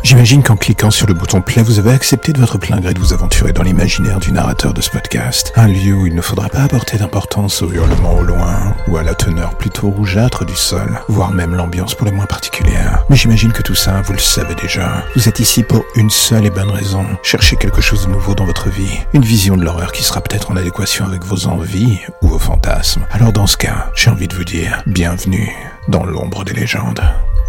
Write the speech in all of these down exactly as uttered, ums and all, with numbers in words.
J'imagine qu'en cliquant sur le bouton play, vous avez accepté de votre plein gré de vous aventurer dans l'imaginaire du narrateur de ce podcast. Un lieu où il ne faudra pas apporter d'importance aux hurlements au loin, ou à la teneur plutôt rougeâtre du sol, voire même l'ambiance pour les moins particulière. Mais j'imagine que tout ça, vous le savez déjà. Vous êtes ici pour une seule et bonne raison. Cherchez quelque chose de nouveau dans votre vie. Une vision de l'horreur qui sera peut-être en adéquation avec vos envies ou vos fantasmes. Alors dans ce cas, j'ai envie de vous dire, bienvenue dans l'ombre des légendes.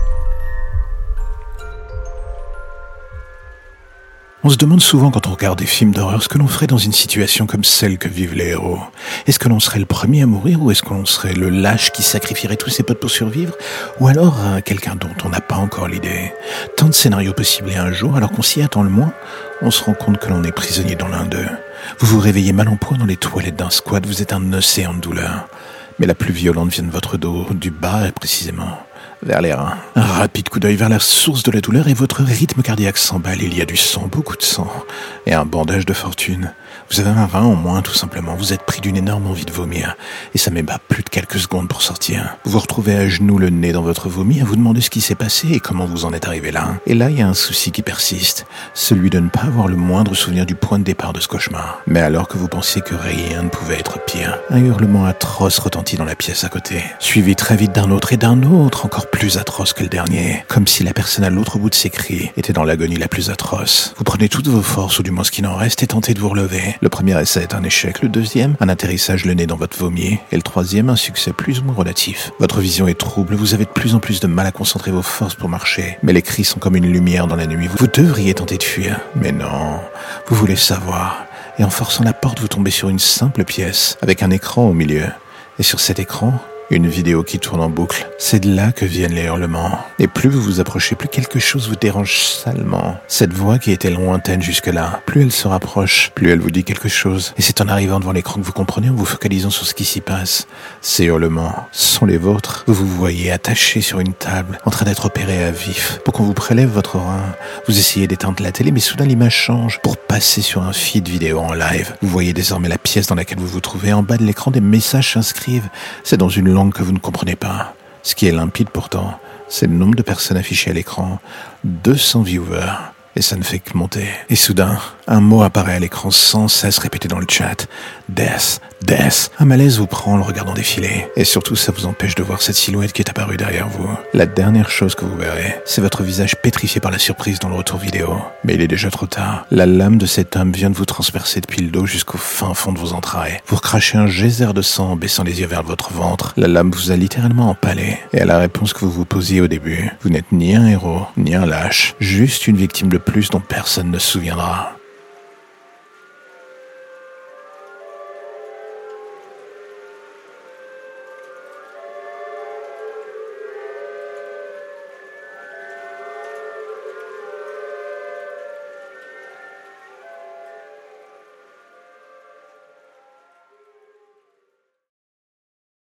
On se demande souvent quand on regarde des films d'horreur ce que l'on ferait dans une situation comme celle que vivent les héros. Est-ce que l'on serait le premier à mourir ou est-ce que l'on serait le lâche qui sacrifierait tous ses potes pour survivre? Ou alors euh, quelqu'un dont on n'a pas encore l'idée? Tant de scénarios possibles et un jour, alors qu'on s'y attend le moins, on se rend compte que l'on est prisonnier dans l'un d'eux. Vous vous réveillez mal en point dans les toilettes d'un squat, vous êtes un océan de douleur. Mais la plus violente vient de votre dos, du bas précisément. Vers les reins. Un rapide coup d'œil vers la source de la douleur et votre rythme cardiaque s'emballe. Il y a du sang, beaucoup de sang, et un bandage de fortune. Vous avez un rein en moins, tout simplement. Vous êtes pris d'une énorme envie de vomir, et ça met pas plus de quelques secondes pour sortir. Vous vous retrouvez à genoux, le nez dans votre vomi, à vous demander ce qui s'est passé et comment vous en êtes arrivé là. Et là, il y a un souci qui persiste, celui de ne pas avoir le moindre souvenir du point de départ de ce cauchemar. Mais alors que vous pensiez que rien ne pouvait être pire, un hurlement atroce retentit dans la pièce à côté, suivi très vite d'un autre et d'un autre, encore plus atroce que le dernier, comme si la personne à l'autre bout de ses cris était dans l'agonie la plus atroce. Vous prenez toutes vos forces, ou du moins ce qu'il en reste, et tentez de vous relever. Le premier essai est un échec, le deuxième, un atterrissage le nez dans votre vomi, et le troisième, un succès plus ou moins relatif. Votre vision est trouble, vous avez de plus en plus de mal à concentrer vos forces pour marcher, mais les cris sont comme une lumière dans la nuit. Vous devriez tenter de fuir, mais non, vous voulez savoir, et en forçant la porte, vous tombez sur une simple pièce, avec un écran au milieu, et sur cet écran, une vidéo qui tourne en boucle. C'est de là que viennent les hurlements. Et plus vous vous approchez, plus quelque chose vous dérange salement. Cette voix qui était lointaine jusque-là, plus elle se rapproche, plus elle vous dit quelque chose. Et c'est en arrivant devant l'écran que vous comprenez, en vous focalisant sur ce qui s'y passe. Ces hurlements sont les vôtres. Vous vous voyez attaché sur une table, en train d'être opéré à vif, pour qu'on vous prélève votre rein. Vous essayez d'éteindre la télé, mais soudain l'image change pour passer sur un feed vidéo en live. Vous voyez désormais la pièce dans laquelle vous vous trouvez. En bas de l'écran, des messages s'inscrivent. C'est dans une langue que vous ne comprenez pas. Ce qui est limpide pourtant, c'est le nombre de personnes affichées à l'écran. deux cents viewers. Et ça ne fait que monter. Et soudain, un mot apparaît à l'écran sans cesse répété dans le chat. Death, death. Un malaise vous prend en le regardant défiler. Et surtout, ça vous empêche de voir cette silhouette qui est apparue derrière vous. La dernière chose que vous verrez, c'est votre visage pétrifié par la surprise dans le retour vidéo. Mais il est déjà trop tard. La lame de cet homme vient de vous transpercer depuis le dos jusqu'au fin fond de vos entrailles. Vous recrachez un geyser de sang en baissant les yeux vers votre ventre. La lame vous a littéralement empalé. Et à la réponse que vous vous posiez au début, vous n'êtes ni un héros, ni un lâche, juste une victime de plus dont personne ne se souviendra.